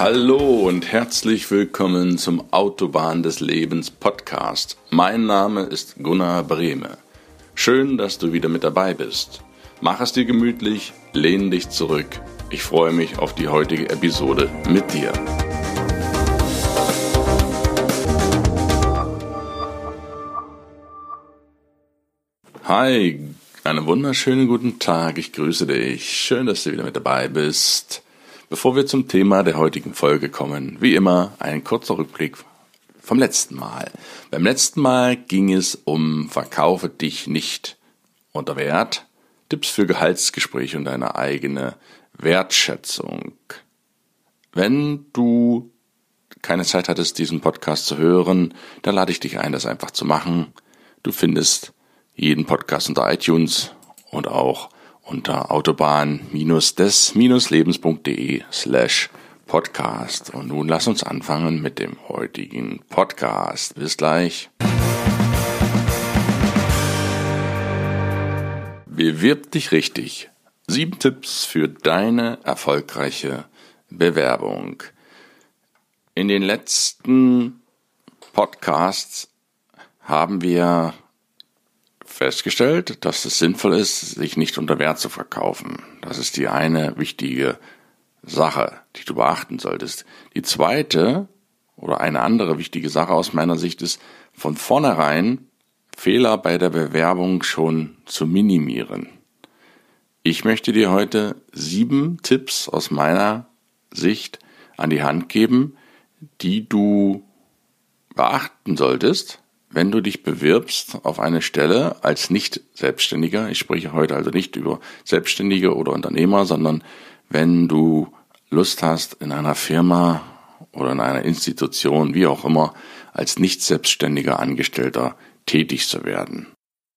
Hallo und herzlich willkommen zum Autobahn des Lebens Podcast. Mein Name ist Gunnar Brehme. Schön, dass du wieder mit dabei bist. Mach es dir gemütlich, lehn dich zurück. Ich freue mich auf die heutige Episode mit dir. Hi, einen wunderschönen guten Tag. Ich grüße dich. Schön, dass du wieder mit dabei bist. Bevor wir zum Thema der heutigen Folge kommen, wie immer ein kurzer Rückblick vom letzten Mal. Beim letzten Mal ging es um Verkaufe dich nicht unter Wert, Tipps für Gehaltsgespräche und deine eigene Wertschätzung. Wenn du keine Zeit hattest, diesen Podcast zu hören, dann lade ich dich ein, das einfach zu machen. Du findest jeden Podcast unter iTunes und auch unter autobahn-des-lebens.de/podcast. Und nun lass uns anfangen mit dem heutigen Podcast. Bis gleich. Bewirb dich richtig. 7 Tipps für deine erfolgreiche Bewerbung. In den letzten Podcasts haben wir festgestellt, dass es sinnvoll ist, sich nicht unter Wert zu verkaufen. Das ist die eine wichtige Sache, die du beachten solltest. Die zweite oder eine andere wichtige Sache aus meiner Sicht ist, von vornherein Fehler bei der Bewerbung schon zu minimieren. Ich möchte dir heute 7 Tipps aus meiner Sicht an die Hand geben, die du beachten solltest, wenn du dich bewirbst auf eine Stelle als Nicht-Selbstständiger. Ich spreche heute also nicht über Selbstständige oder Unternehmer, sondern wenn du Lust hast, in einer Firma oder in einer Institution, wie auch immer, als nicht-selbstständiger Angestellter tätig zu werden.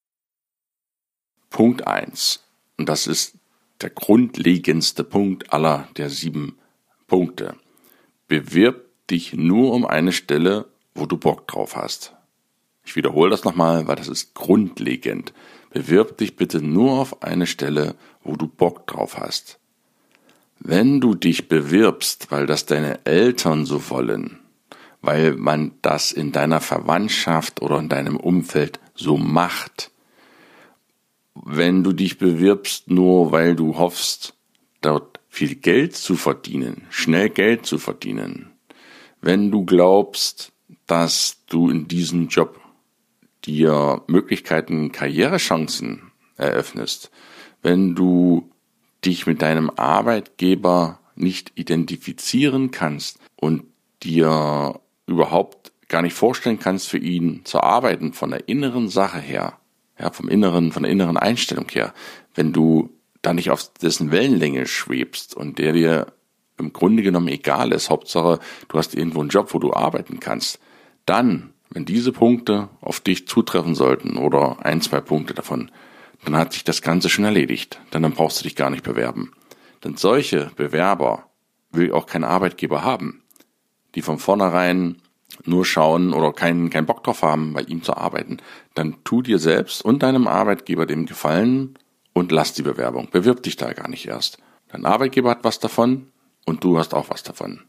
Punkt 1. Und das ist der grundlegendste Punkt aller der 7 Punkte. Bewirb dich nur um eine Stelle, wo du Bock drauf hast. Ich wiederhole das nochmal, weil das ist grundlegend. Bewirb dich bitte nur auf eine Stelle, wo du Bock drauf hast. Wenn du dich bewirbst, weil das deine Eltern so wollen, weil man das in deiner Verwandtschaft oder in deinem Umfeld so macht, wenn du dich bewirbst nur, weil du hoffst, dort viel Geld zu verdienen, schnell Geld zu verdienen, wenn du glaubst, dass du in diesem Job dir Möglichkeiten, Karrierechancen eröffnest, wenn du dich mit deinem Arbeitgeber nicht identifizieren kannst und dir überhaupt gar nicht vorstellen kannst, für ihn zu arbeiten, von der inneren Sache her, ja, von der inneren Einstellung her, wenn du da nicht auf dessen Wellenlänge schwebst und der dir im Grunde genommen egal ist, Hauptsache du hast irgendwo einen Job, wo du arbeiten kannst, dann, wenn diese Punkte auf dich zutreffen sollten oder 1, 2 Punkte davon, dann hat sich das Ganze schon erledigt. Dann brauchst du dich gar nicht bewerben. Denn solche Bewerber will auch kein Arbeitgeber haben, die von vornherein nur schauen oder keinen Bock drauf haben, bei ihm zu arbeiten. Dann tu dir selbst und deinem Arbeitgeber den Gefallen und lass die Bewerbung. Bewirb dich da gar nicht erst. Dein Arbeitgeber hat was davon und du hast auch was davon.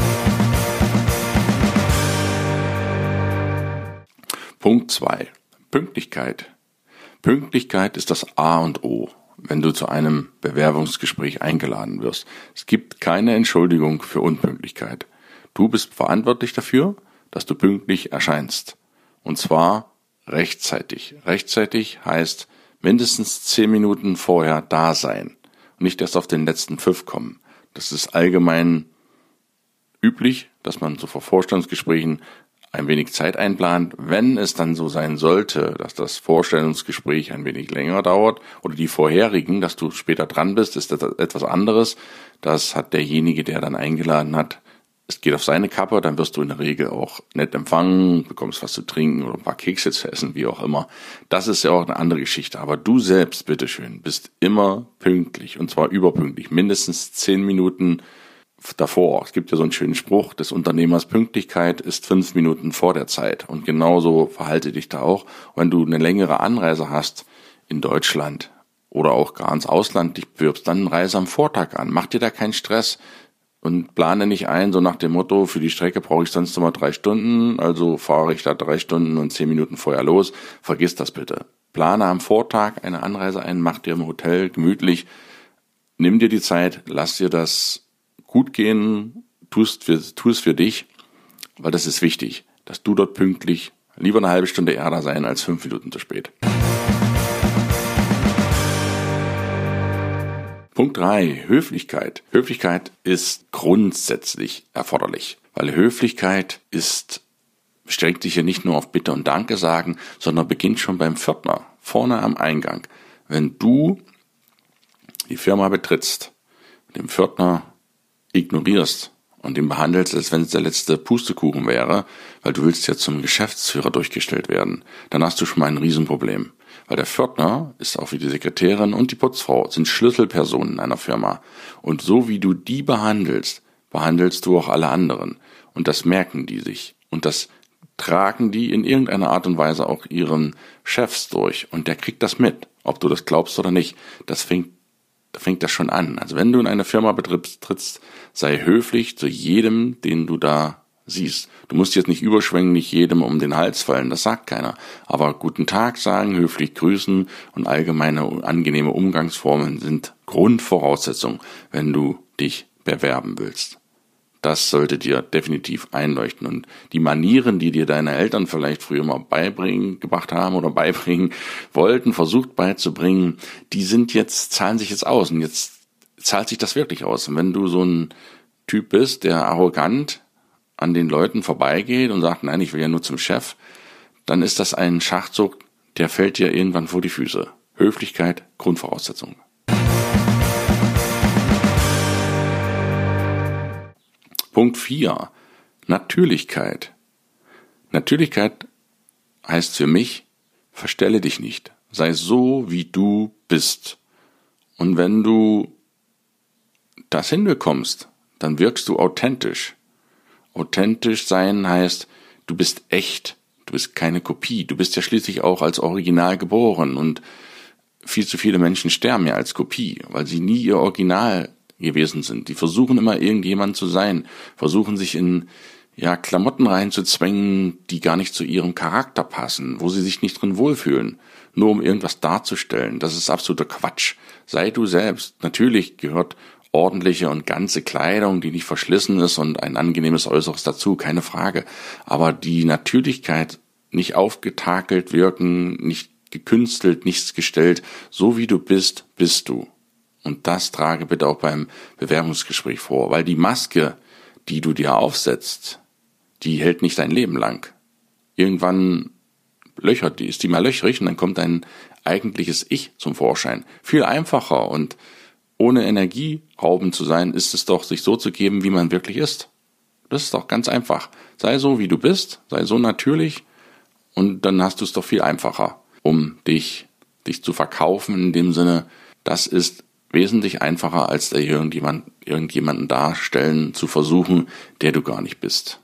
Punkt 2. Pünktlichkeit. Pünktlichkeit ist das A und O, wenn du zu einem Bewerbungsgespräch eingeladen wirst. Es gibt keine Entschuldigung für Unpünktlichkeit. Du bist verantwortlich dafür, dass du pünktlich erscheinst. Und zwar rechtzeitig. Rechtzeitig heißt mindestens 10 Minuten vorher da sein und nicht erst auf den letzten Pfiff kommen. Das ist allgemein üblich, dass man so vor Vorstellungsgesprächen ein wenig Zeit einplant. Wenn es dann so sein sollte, dass das Vorstellungsgespräch ein wenig länger dauert oder die vorherigen, dass du später dran bist, ist das etwas anderes. Das hat derjenige, der dann eingeladen hat. Es geht auf seine Kappe, dann wirst du in der Regel auch nett empfangen, bekommst was zu trinken oder ein paar Kekse zu essen, wie auch immer. Das ist ja auch eine andere Geschichte. Aber du selbst, bitteschön, bist immer pünktlich und zwar überpünktlich. Mindestens 10 Minuten davor. Es gibt ja so einen schönen Spruch des Unternehmers, Pünktlichkeit ist 5 Minuten vor der Zeit. Und genauso verhalte dich da auch. Wenn du eine längere Anreise hast in Deutschland oder auch gar ins Ausland dich bewirbst, dann reise am Vortag an. Mach dir da keinen Stress. und plane nicht ein, so nach dem Motto, für die Strecke brauche ich sonst immer 3 Stunden, also fahre ich da 3 Stunden und 10 Minuten vorher los. Vergiss das bitte. Plane am Vortag eine Anreise ein, mach dir im Hotel gemütlich, nimm dir die Zeit, lass dir das gut gehen, tu es für dich, weil das ist wichtig, dass du dort pünktlich, lieber eine halbe Stunde eher da sein als 5 Minuten zu spät. Punkt 3, Höflichkeit. Höflichkeit ist grundsätzlich erforderlich, weil Höflichkeit beschränkt sich ja nicht nur auf Bitte und Danke sagen, sondern beginnt schon beim Pförtner, vorne am Eingang. Wenn du die Firma betrittst, den Pförtner ignorierst und ihn behandelst, als wenn es der letzte Pustekuchen wäre, weil du willst ja zum Geschäftsführer durchgestellt werden, dann hast du schon mal ein Riesenproblem. Weil der Pförtner ist auch wie die Sekretärin und die Putzfrau, sind Schlüsselpersonen einer Firma. Und so wie du die behandelst, behandelst du auch alle anderen. Und das merken die sich. Und das tragen die in irgendeiner Art und Weise auch ihren Chefs durch. Und der kriegt das mit, ob du das glaubst oder nicht. Da fängt das schon an. Also wenn du in eine Firma betrittst, sei höflich zu jedem, den du da siehst. Du musst jetzt nicht überschwänglich jedem um den Hals fallen, das sagt keiner. Aber guten Tag sagen, höflich grüßen und allgemeine angenehme Umgangsformen sind Grundvoraussetzung, wenn du dich bewerben willst. Das sollte dir definitiv einleuchten. Und die Manieren, die dir deine Eltern vielleicht früher mal gebracht haben oder beibringen wollten, versucht beizubringen, zahlen sich jetzt aus. Und jetzt zahlt sich das wirklich aus. Und wenn du so ein Typ bist, der arrogant an den Leuten vorbeigeht und sagt, nein, ich will ja nur zum Chef, dann ist das ein Schachzug, der fällt dir irgendwann vor die Füße. Höflichkeit, Grundvoraussetzung. Punkt 4. Natürlichkeit. Natürlichkeit heißt für mich, verstelle dich nicht. Sei so, wie du bist. Und wenn du das hinbekommst, dann wirkst du authentisch. Authentisch sein heißt, du bist echt, du bist keine Kopie, du bist ja schließlich auch als Original geboren und viel zu viele Menschen sterben ja als Kopie, weil sie nie ihr Original gewesen sind. Die versuchen immer irgendjemand zu sein, versuchen sich in Klamotten reinzuzwängen, die gar nicht zu ihrem Charakter passen, wo sie sich nicht drin wohlfühlen, nur um irgendwas darzustellen. Das ist absoluter Quatsch. Sei du selbst. Natürlich gehört ordentliche und ganze Kleidung, die nicht verschlissen ist und ein angenehmes Äußeres dazu, keine Frage. Aber die Natürlichkeit, nicht aufgetakelt wirken, nicht gekünstelt, nichts gestellt, so wie du bist, bist du. Und das trage bitte auch beim Bewerbungsgespräch vor, weil die Maske, die du dir aufsetzt, die hält nicht dein Leben lang. Irgendwann ist die mal löchrig und dann kommt dein eigentliches Ich zum Vorschein. Viel einfacher und ohne energieraubend zu sein, ist es doch, sich so zu geben, wie man wirklich ist. Das ist doch ganz einfach. Sei so, wie du bist, sei so natürlich und dann hast du es doch viel einfacher, um dich zu verkaufen in dem Sinne. Das ist wesentlich einfacher, als irgendjemanden darstellen zu versuchen, der du gar nicht bist.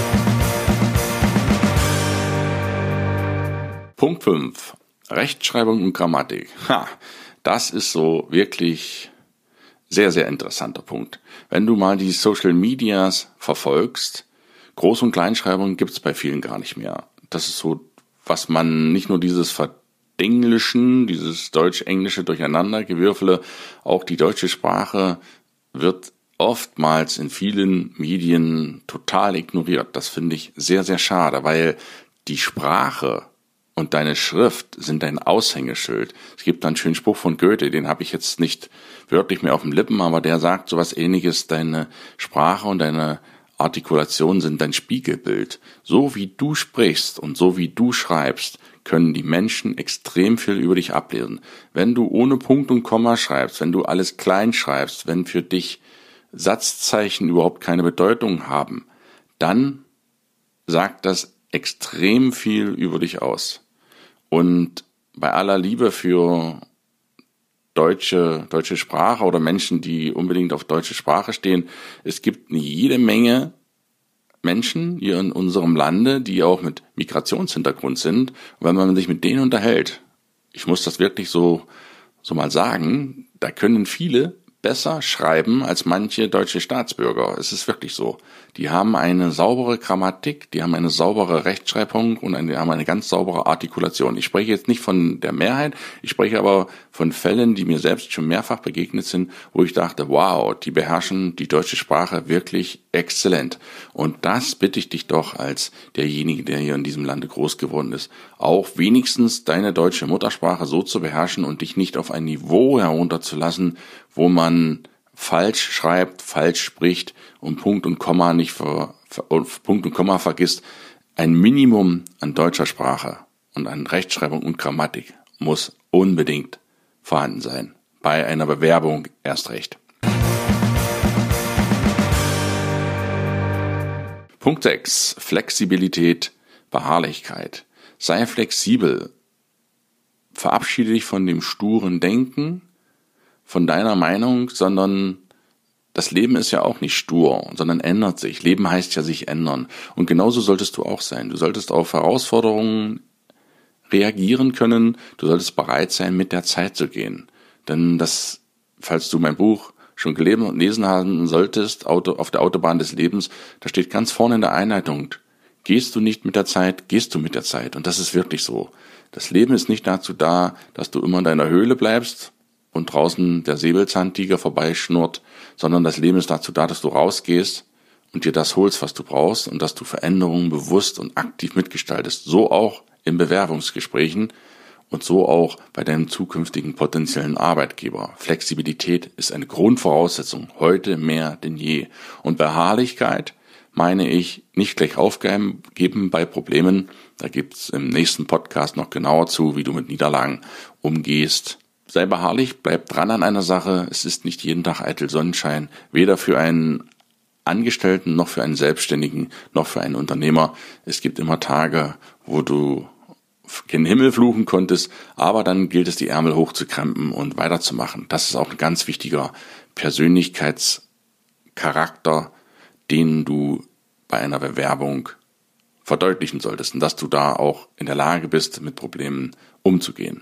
Punkt 5. Rechtschreibung und Grammatik. Das ist so wirklich sehr, sehr interessanter Punkt. Wenn du mal die Social Medias verfolgst, Groß- und Kleinschreibung gibt's bei vielen gar nicht mehr. Das ist so, was man nicht nur dieses Verdenglischen, dieses deutsch-englische Durcheinandergewürfele, auch die deutsche Sprache wird oftmals in vielen Medien total ignoriert. Das finde ich sehr, sehr schade, weil die Sprache und deine Schrift sind dein Aushängeschild. Es gibt einen schönen Spruch von Goethe, den habe ich jetzt nicht wörtlich mehr auf den Lippen, aber der sagt sowas Ähnliches: Deine Sprache und deine Artikulation sind dein Spiegelbild. So wie du sprichst und so wie du schreibst, können die Menschen extrem viel über dich ablesen. Wenn du ohne Punkt und Komma schreibst, wenn du alles klein schreibst, wenn für dich Satzzeichen überhaupt keine Bedeutung haben, dann sagt das extrem viel über dich aus. Und bei aller Liebe für deutsche Sprache oder Menschen, die unbedingt auf deutsche Sprache stehen, es gibt jede Menge Menschen hier in unserem Lande, die auch mit Migrationshintergrund sind. Und wenn man sich mit denen unterhält, ich muss das wirklich so mal sagen, da können viele besser schreiben als manche deutsche Staatsbürger. Es ist wirklich so. Die haben eine saubere Grammatik, die haben eine saubere Rechtschreibung und haben eine ganz saubere Artikulation. Ich spreche jetzt nicht von der Mehrheit, ich spreche aber von Fällen, die mir selbst schon mehrfach begegnet sind, wo ich dachte, wow, die beherrschen die deutsche Sprache wirklich exzellent. Und das bitte ich dich doch als derjenige, der hier in diesem Lande groß geworden ist, auch wenigstens deine deutsche Muttersprache so zu beherrschen und dich nicht auf ein Niveau herunterzulassen, wo man falsch schreibt, falsch spricht und Punkt und Komma vergisst. Ein Minimum an deutscher Sprache und an Rechtschreibung und Grammatik muss unbedingt vorhanden sein. Bei einer Bewerbung erst recht. Punkt 6. Flexibilität, Beharrlichkeit. Sei flexibel. Verabschiede dich von dem sturen Denken, von deiner Meinung, sondern das Leben ist ja auch nicht stur, sondern ändert sich. Leben heißt ja sich ändern. Und genauso solltest du auch sein. Du solltest auf Herausforderungen reagieren können. Du solltest bereit sein, mit der Zeit zu gehen. Denn das, falls du mein Buch schon gelesen haben solltest, auf der Autobahn des Lebens, da steht ganz vorne in der Einleitung, gehst du nicht mit der Zeit, gehst du mit der Zeit. Und das ist wirklich so. Das Leben ist nicht dazu da, dass du immer in deiner Höhle bleibst und draußen der Säbelzahntiger vorbeischnurrt, sondern das Leben ist dazu da, dass du rausgehst und dir das holst, was du brauchst und dass du Veränderungen bewusst und aktiv mitgestaltest. So auch in Bewerbungsgesprächen und so auch bei deinem zukünftigen potenziellen Arbeitgeber. Flexibilität ist eine Grundvoraussetzung, heute mehr denn je. Und Beharrlichkeit meine ich nicht gleich aufgeben bei Problemen. Da gibt's im nächsten Podcast noch genauer zu, wie du mit Niederlagen umgehst. Sei beharrlich, bleib dran an einer Sache. Es ist nicht jeden Tag eitel Sonnenschein, weder für einen Angestellten noch für einen Selbstständigen noch für einen Unternehmer. Es gibt immer Tage, wo du den Himmel fluchen konntest, aber dann gilt es, die Ärmel hochzukrempeln und weiterzumachen. Das ist auch ein ganz wichtiger Persönlichkeitscharakter, den du bei einer Bewerbung verdeutlichen solltest und dass du da auch in der Lage bist, mit Problemen umzugehen.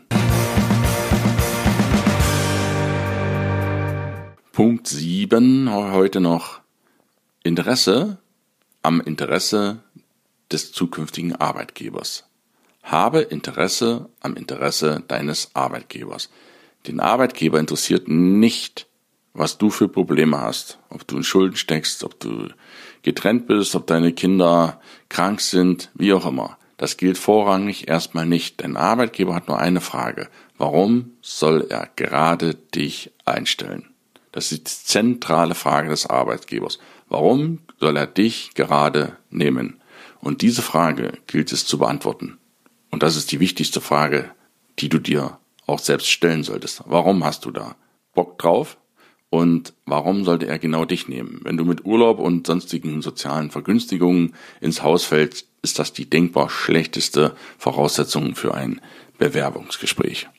Punkt 7, heute noch Interesse am Interesse des zukünftigen Arbeitgebers. Habe Interesse am Interesse deines Arbeitgebers. Den Arbeitgeber interessiert nicht, was du für Probleme hast, ob du in Schulden steckst, ob du getrennt bist, ob deine Kinder krank sind, wie auch immer. Das gilt vorrangig erstmal nicht. Dein Arbeitgeber hat nur eine Frage. Warum soll er gerade dich einstellen? Das ist die zentrale Frage des Arbeitgebers. Warum soll er dich gerade nehmen? Und diese Frage gilt es zu beantworten. Und das ist die wichtigste Frage, die du dir auch selbst stellen solltest. Warum hast du da Bock drauf? Und warum sollte er genau dich nehmen? Wenn du mit Urlaub und sonstigen sozialen Vergünstigungen ins Haus fällst, ist das die denkbar schlechteste Voraussetzung für ein Bewerbungsgespräch.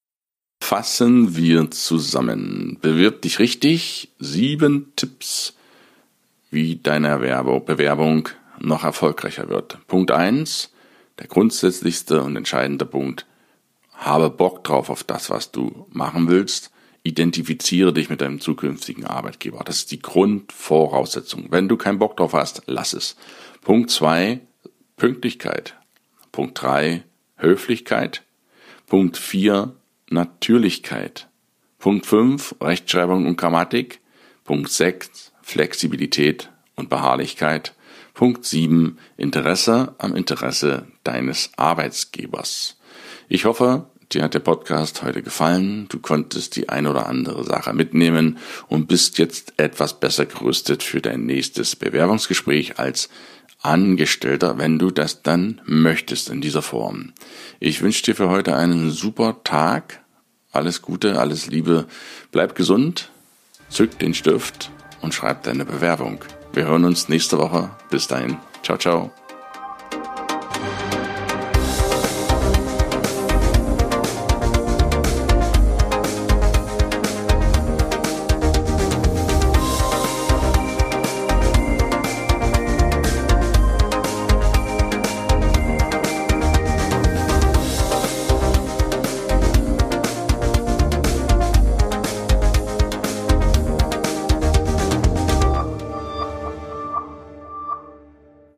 Fassen wir zusammen. Bewirb dich richtig. 7 Tipps, wie deine Bewerbung noch erfolgreicher wird. Punkt 1, der grundsätzlichste und entscheidende Punkt. Habe Bock drauf auf das, was du machen willst. Identifiziere dich mit deinem zukünftigen Arbeitgeber. Das ist die Grundvoraussetzung. Wenn du keinen Bock drauf hast, lass es. Punkt 2, Pünktlichkeit. Punkt 3, Höflichkeit. Punkt 4, Natürlichkeit. Punkt 5, Rechtschreibung und Grammatik. Punkt 6, Flexibilität und Beharrlichkeit. Punkt 7, Interesse am Interesse deines Arbeitgebers. Ich hoffe, dir hat der Podcast heute gefallen. Du konntest die ein oder andere Sache mitnehmen und bist jetzt etwas besser gerüstet für dein nächstes Bewerbungsgespräch als Angestellter, wenn du das dann möchtest in dieser Form. Ich wünsche dir für heute einen super Tag. Alles Gute, alles Liebe. Bleib gesund, zück den Stift und schreib deine Bewerbung. Wir hören uns nächste Woche. Bis dahin. Ciao, ciao.